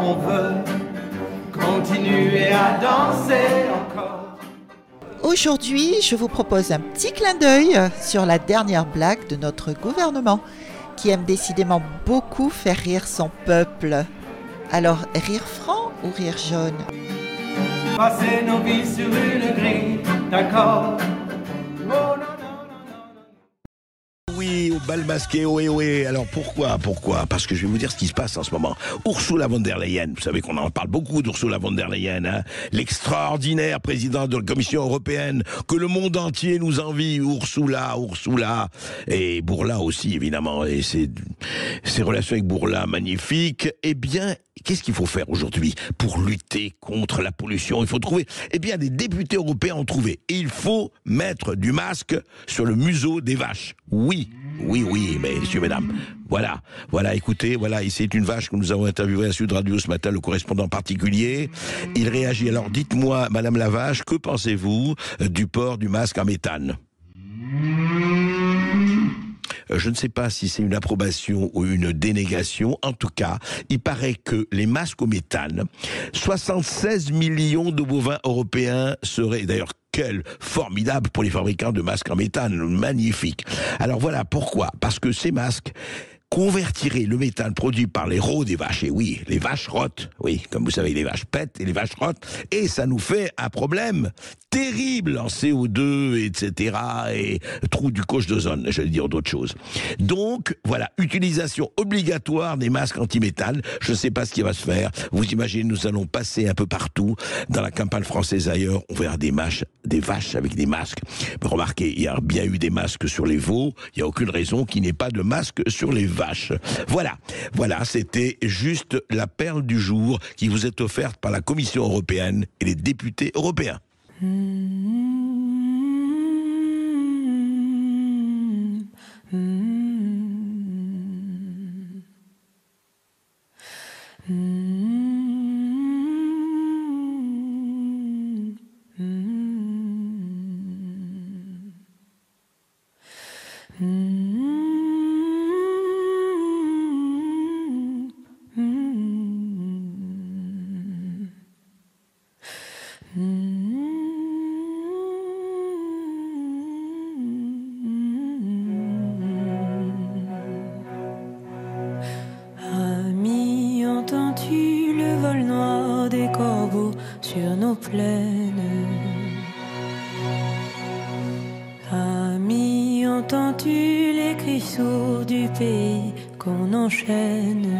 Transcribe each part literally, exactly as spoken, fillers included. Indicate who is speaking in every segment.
Speaker 1: on veut continuer à danser encore.
Speaker 2: Aujourd'hui, je vous propose un petit clin d'œil sur la dernière blague de notre gouvernement, qui aime décidément beaucoup faire rire son peuple. Alors, rire franc ou rire jaune ?
Speaker 1: Passer nos vies sur une grille, d'accord. Oh, non.
Speaker 3: Oui, au bal masqué, oui, oui. Alors pourquoi Pourquoi Parce que je vais vous dire ce qui se passe en ce moment. Ursula von der Leyen, vous savez qu'on en parle beaucoup d'Ursula von der Leyen, hein, l'extraordinaire présidente de la Commission européenne, que le monde entier nous envie, Ursula, Ursula, et Bourla aussi, évidemment, et ses, ses relations avec Bourla, magnifiques. Eh bien, qu'est-ce qu'il faut faire aujourd'hui pour lutter contre la pollution ? Il faut trouver, eh bien, des députés européens ont trouvé. Et il faut mettre du masque sur le museau des vaches. Oui, oui, oui, messieurs, mesdames. Voilà, voilà, écoutez, voilà, et c'est une vache que nous avons interviewée à Sud Radio ce matin, le correspondant particulier. Il réagit. Alors, dites-moi, madame la vache, que pensez-vous du port du masque en méthane ? Je ne sais pas si c'est une approbation ou une dénégation. En tout cas, il paraît que les masques au méthane, soixante-seize millions de bovins européens seraient, d'ailleurs, quel formidable pour les fabricants de masques en méthane, magnifique. Alors voilà, pourquoi ? Parce que ces masques convertiraient le méthane produit par les rots des vaches. Et oui, les vaches rotent. Oui, comme vous savez, les vaches pètent et les vaches rotent. Et ça nous fait un problème terrible en C O deux, et cetera. Et trou du coche d'ozone, j'allais dire d'autres choses. Donc, voilà, utilisation obligatoire des masques anti-méthane. Je ne sais pas ce qui va se faire. Vous imaginez, nous allons passer un peu partout. Dans la campagne française ailleurs, on verra des, mâches, des vaches avec des masques. Remarquez, il y a bien eu des masques sur les veaux. Il n'y a aucune raison qu'il n'y ait pas de masque sur les vaches. Voilà, voilà, c'était juste la perle du jour qui vous est offerte par la Commission européenne et les députés européens. Mmh, mmh, mmh, mmh.
Speaker 4: Ami, entends-tu le vol noir des corbeaux sur nos plaines? Ami, entends-tu les cris sourds du pays qu'on enchaîne?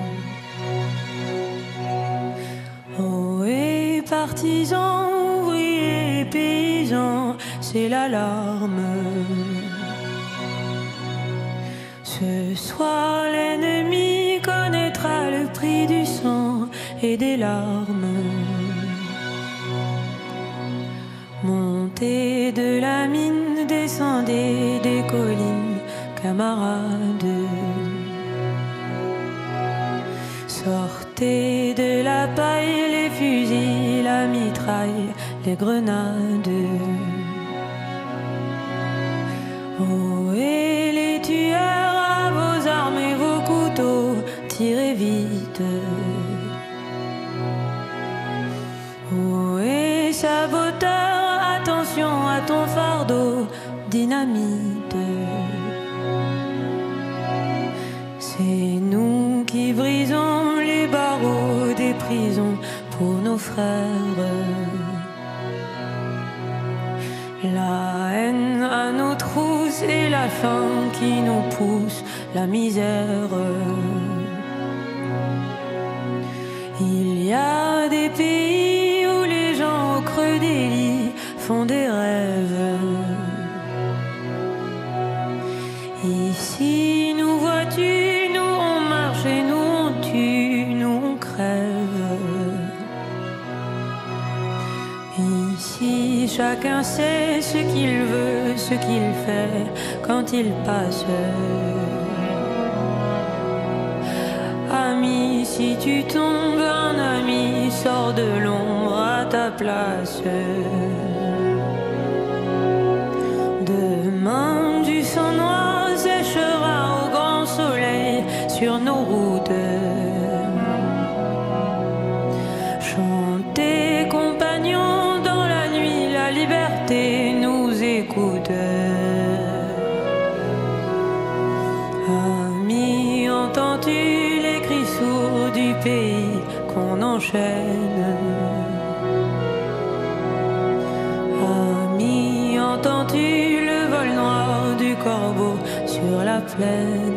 Speaker 4: Oh, et partisans, ouvriers, paysans, c'est l'alarme. Ce soir, l'ennemi connaîtra le prix du sang et des larmes. Montez de la mine, descendez des collines, camarades. Sortez de la paille, les fusils, la mitraille, les grenades. Oh, et les tueurs à vos armes et vos couteaux, tirez vite. Oh, et saboteur, attention à ton fardeau, dynamite. C'est nous qui brisons les barreaux des prisons pour nos frères. La haine à nos trousses et la faim qui nous pousse, la misère. Il y a des pays où les gens au creux des lits font des rêves. Ici, nous vois-tu, nous on marche et nous on tue, nous on crève. Ici, chacun sait ce qu'il veut, ce qu'il fait quand il passe. Ami, si tu tombes, un ami sort de l'ombre à ta place. Demain, du sang noir séchera au grand soleil sur nos routes. entends-tu les cris sourds du pays qu'on enchaîne? Ami, entends-tu le vol noir du corbeau sur la plaine?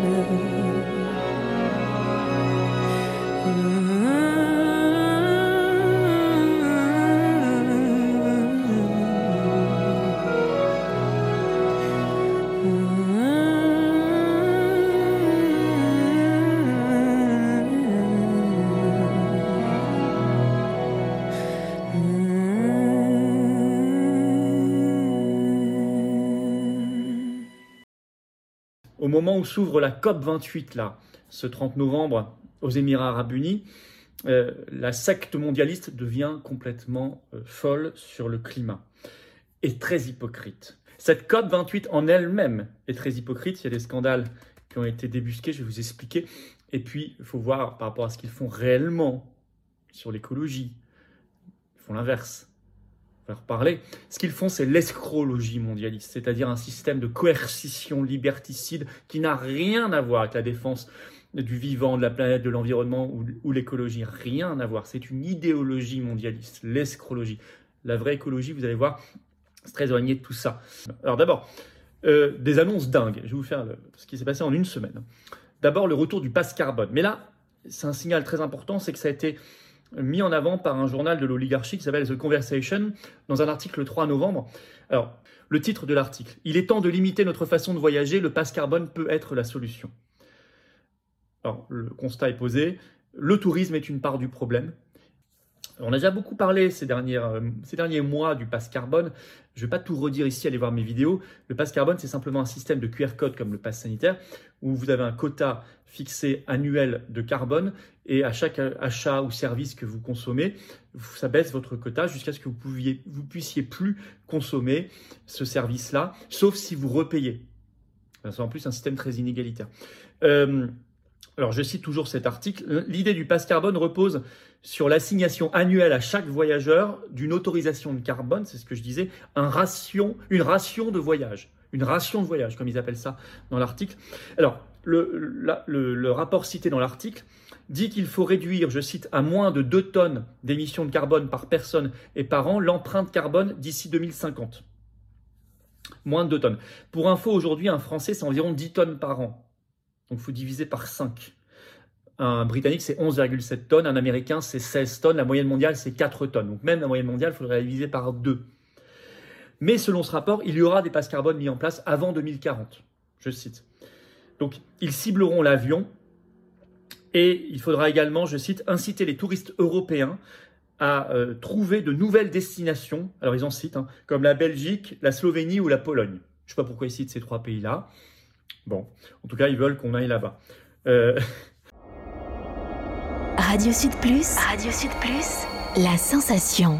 Speaker 5: Au moment où s'ouvre la COP vingt-huit, là, ce trente novembre, aux Émirats Arabes Unis, euh, la secte mondialiste devient complètement euh, folle sur le climat et très hypocrite. Cette COP vingt-huit en elle-même est très hypocrite. Il y a des scandales qui ont été débusqués, je vais vous expliquer. Et puis, il faut voir par rapport à ce qu'ils font réellement sur l'écologie. Ils font l'inverse. On va reparler. Ce qu'ils font, c'est l'escrologie mondialiste, c'est-à-dire un système de coercition liberticide qui n'a rien à voir avec la défense du vivant, de la planète, de l'environnement ou, ou l'écologie. Rien à voir. C'est une idéologie mondialiste, l'escrologie. La vraie écologie, vous allez voir, c'est très éloigné de tout ça. Alors d'abord, euh, des annonces dingues. Je vais vous faire le, ce qui s'est passé en une semaine. D'abord, le retour du pass carbone. Mais là, c'est un signal très important, c'est que ça a été mis en avant par un journal de l'oligarchie qui s'appelle The Conversation, dans un article le trois novembre. Alors, le titre de l'article, « Il est temps de limiter notre façon de voyager, le pass carbone peut être la solution ». Alors, le constat est posé, le tourisme est une part du problème. On a déjà beaucoup parlé ces, dernières, ces derniers mois du pass carbone. Je ne vais pas tout redire ici, allez voir mes vidéos. Le pass carbone, c'est simplement un système de Q R code comme le pass sanitaire, où vous avez un quota fixé annuel de carbone, et à chaque achat ou service que vous consommez, ça baisse votre quota jusqu'à ce que vous pouviez, vous puissiez plus consommer ce service-là, sauf si vous repayez. C'est en plus un système très inégalitaire. Euh, alors, je cite toujours cet article. L'idée du pass carbone repose sur l'assignation annuelle à chaque voyageur d'une autorisation de carbone, c'est ce que je disais, un ration, une ration de voyage. Une ration de voyage, comme ils appellent ça dans l'article. Alors, le, la, le, le rapport cité dans l'article dit qu'il faut réduire, je cite, à moins de deux tonnes d'émissions de carbone par personne et par an l'empreinte carbone d'ici deux mille cinquante. Moins de deux tonnes. Pour info, aujourd'hui, un Français, c'est environ dix tonnes par an. Donc, il faut diviser par cinq. Un Britannique, c'est onze virgule sept tonnes. Un Américain, c'est seize tonnes. La moyenne mondiale, c'est quatre tonnes. Donc, même la moyenne mondiale, il faudrait la diviser par deux. Mais selon ce rapport, il y aura des passes carbone mis en place avant deux mille quarante. Je cite. Donc, ils cibleront l'avion et il faudra également, je cite, inciter les touristes européens à euh, trouver de nouvelles destinations. Alors, ils en citent, hein, comme la Belgique, la Slovénie ou la Pologne. Je ne sais pas pourquoi ils citent ces trois pays-là. Bon, en tout cas, ils veulent qu'on aille là-bas. Euh...
Speaker 6: Radio Sud Plus, Radio Sud Plus, la sensation.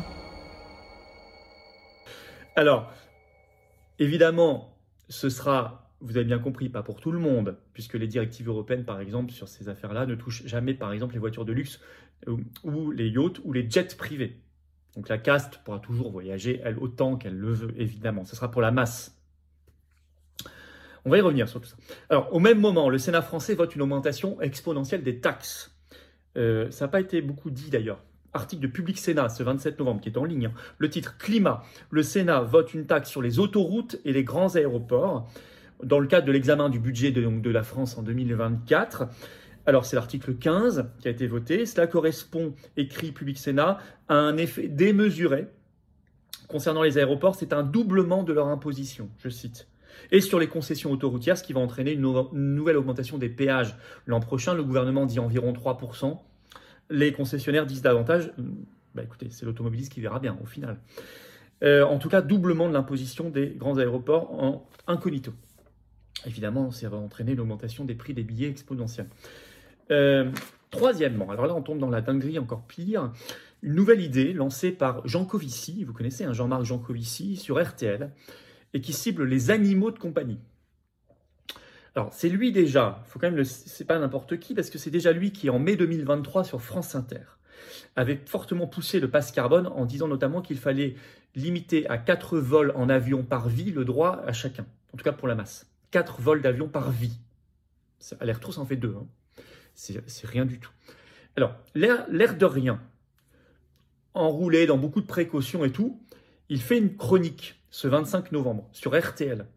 Speaker 5: Alors, évidemment, ce sera, vous avez bien compris, pas pour tout le monde, puisque les directives européennes, par exemple, sur ces affaires-là, ne touchent jamais, par exemple, les voitures de luxe ou, ou les yachts ou les jets privés. Donc la caste pourra toujours voyager, elle, autant qu'elle le veut, évidemment. Ce sera pour la masse. On va y revenir sur tout ça. Alors, au même moment, le Sénat français vote une augmentation exponentielle des taxes. Euh, ça n'a pas été beaucoup dit d'ailleurs. Article de Public Sénat, ce vingt-sept novembre, qui est en ligne. Hein. Le titre « Climat ». Le Sénat vote une taxe sur les autoroutes et les grands aéroports dans le cadre de l'examen du budget de, donc, de la France en deux mille vingt-quatre. Alors, c'est l'article quinze qui a été voté. Cela correspond, écrit Public Sénat, à un effet démesuré. Concernant les aéroports, c'est un doublement de leur imposition, je cite. Et sur les concessions autoroutières, ce qui va entraîner une, no- une nouvelle augmentation des péages. L'an prochain, le gouvernement dit environ trois pour cent. Les concessionnaires disent davantage. Bah écoutez, c'est l'automobiliste qui verra bien au final. Euh, en tout cas, doublement de l'imposition des grands aéroports en incognito. Évidemment, ça va entraîner l'augmentation des prix des billets exponentielle. Euh, troisièmement, alors là on tombe dans la dinguerie encore pire, une nouvelle idée lancée par Jean Covici, vous connaissez hein, Jean-Marc Jancovici, sur R T L, et qui cible les animaux de compagnie. Alors, c'est lui déjà, il faut quand même le, c'est pas n'importe qui, parce que c'est déjà lui qui, en mai deux mille vingt-trois, sur France Inter, avait fortement poussé le pass carbone en disant notamment qu'il fallait limiter à quatre vols en avion par vie le droit à chacun, en tout cas pour la masse. quatre vols d'avion par vie. Aller-retour, ça en fait deux. Hein. C'est, c'est rien du tout. Alors, l'air, l'air de rien, enroulé dans beaucoup de précautions et tout, il fait une chronique ce vingt-cinq novembre sur R T L.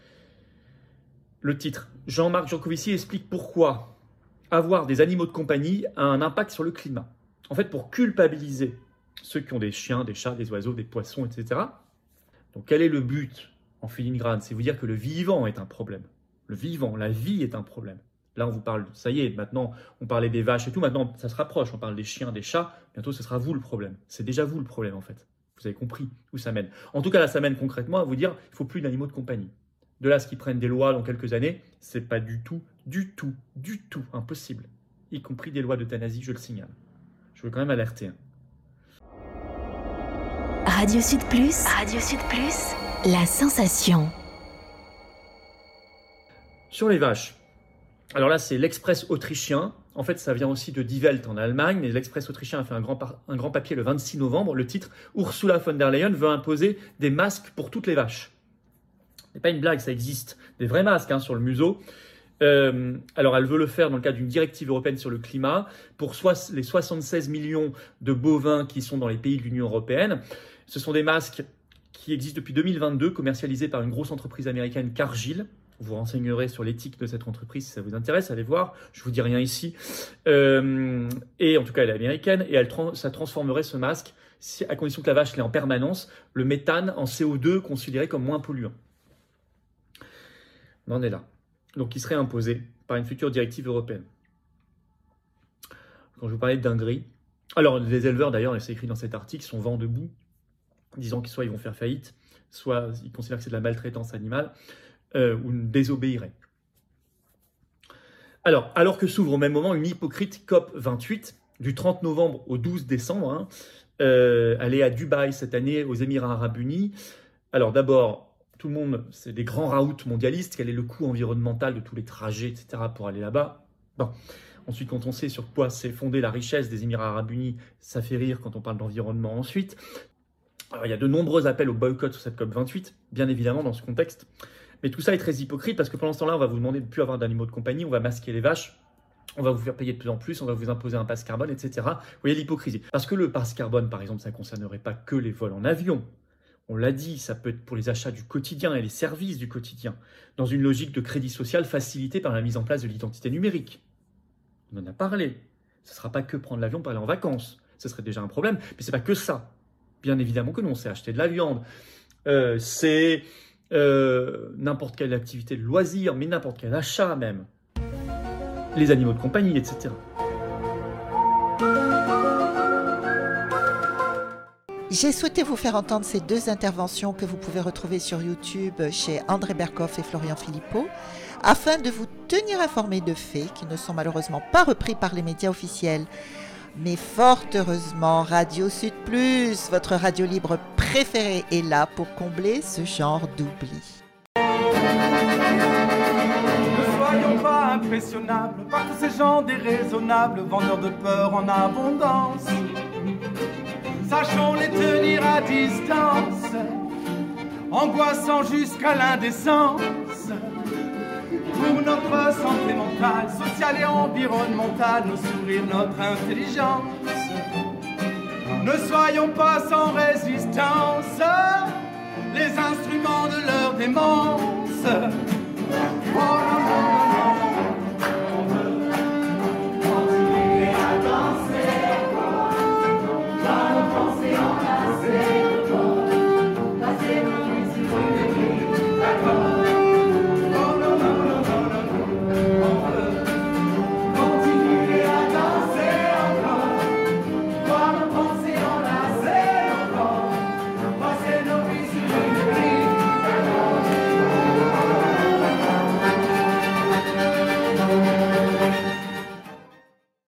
Speaker 5: Le titre, Jean-Marc Jancovici explique pourquoi avoir des animaux de compagnie a un impact sur le climat. En fait, pour culpabiliser ceux qui ont des chiens, des chats, des oiseaux, des poissons, et cetera. Donc, quel est le but en filigrane? C'est vous dire que le vivant est un problème. Le vivant, la vie est un problème. Là, on vous parle, ça y est, maintenant, on parlait des vaches et tout, maintenant, ça se rapproche, on parle des chiens, des chats, bientôt, ce sera vous le problème. C'est déjà vous le problème, en fait. Vous avez compris où ça mène. En tout cas, là, ça mène concrètement à vous dire, il ne faut plus d'animaux de compagnie. De là, ce qu'ils prennent des lois dans quelques années, c'est pas du tout, du tout, du tout impossible. Y compris des lois d'euthanasie, je le signale. Je veux quand même alerter.
Speaker 6: Radio Sud Plus, Radio Sud Plus, la sensation.
Speaker 5: Sur les vaches. Alors là, c'est l'Express autrichien. En fait, ça vient aussi de Die Welt en Allemagne, mais l'Express autrichien a fait un grand, par... un grand papier le vingt-six novembre. Le titre, Ursula von der Leyen veut imposer des masques pour toutes les vaches. Ce n'est pas une blague, ça existe. Des vrais masques hein, sur le museau. Euh, alors, elle veut le faire dans le cadre d'une directive européenne sur le climat pour soit les soixante-seize millions de bovins qui sont dans les pays de l'Union européenne. Ce sont des masques qui existent depuis deux mille vingt-deux, commercialisés par une grosse entreprise américaine, Cargill. Vous vous renseignerez sur l'éthique de cette entreprise si ça vous intéresse, allez voir, je ne vous dis rien ici. Euh, et en tout cas, elle est américaine et elle, ça transformerait ce masque, si, à condition que la vache l'ait en permanence, le méthane en C O deux considéré comme moins polluant. On en est là. Donc, il serait imposé par une future directive européenne. Quand je vous parlais de dinguerie, alors les éleveurs d'ailleurs, c'est écrit dans cet article, sont vent debout, disant que soit ils vont faire faillite, soit ils considèrent que c'est de la maltraitance animale, euh, ou désobéiraient. Alors, alors que s'ouvre au même moment une hypocrite C O P vingt-huit, du trente novembre au douze décembre, hein, euh, elle est à Dubaï cette année, aux Émirats Arabes Unis. Alors d'abord, tout le monde, c'est des grands raouts mondialistes, quel est le coût environnemental de tous les trajets, et cetera pour aller là-bas. Bon. Ensuite, quand on sait sur quoi s'est fondée la richesse des Émirats Arabes Unis, ça fait rire quand on parle d'environnement ensuite. Alors, il y a de nombreux appels au boycott sur cette C O P vingt-huit, bien évidemment dans ce contexte. Mais tout ça est très hypocrite parce que pendant ce temps-là, on va vous demander de ne plus avoir d'animaux de compagnie, on va masquer les vaches, on va vous faire payer de plus en plus, on va vous imposer un pass carbone, et cetera. Vous voyez l'hypocrisie. Parce que le pass carbone, par exemple, ça ne concernerait pas que les vols en avion. On l'a dit, ça peut être pour les achats du quotidien et les services du quotidien, dans une logique de crédit social facilitée par la mise en place de l'identité numérique. On en a parlé. Ce ne sera pas que prendre l'avion pour aller en vacances. Ce serait déjà un problème, mais ce n'est pas que ça. Bien évidemment que non, c'est acheter de la viande. Euh, c'est euh, n'importe quelle activité de loisir, mais n'importe quel achat même. Les animaux de compagnie, et cetera.
Speaker 2: J'ai souhaité vous faire entendre ces deux interventions que vous pouvez retrouver sur YouTube chez André Berkoff et Florian Philippot, afin de vous tenir informé de faits qui ne sont malheureusement pas repris par les médias officiels. Mais fort heureusement, Radio Sud Plus, votre radio libre préférée, est là pour combler ce genre d'oubli.
Speaker 1: Ne soyons pas impressionnables par tous ces gens déraisonnables, vendeurs de peur en abondance. Sachons les tenir à distance, angoissant jusqu'à l'indécence. Pour notre santé mentale, sociale et environnementale, nos sourires, notre intelligence. Ne soyons pas sans résistance, les instruments de leur démence.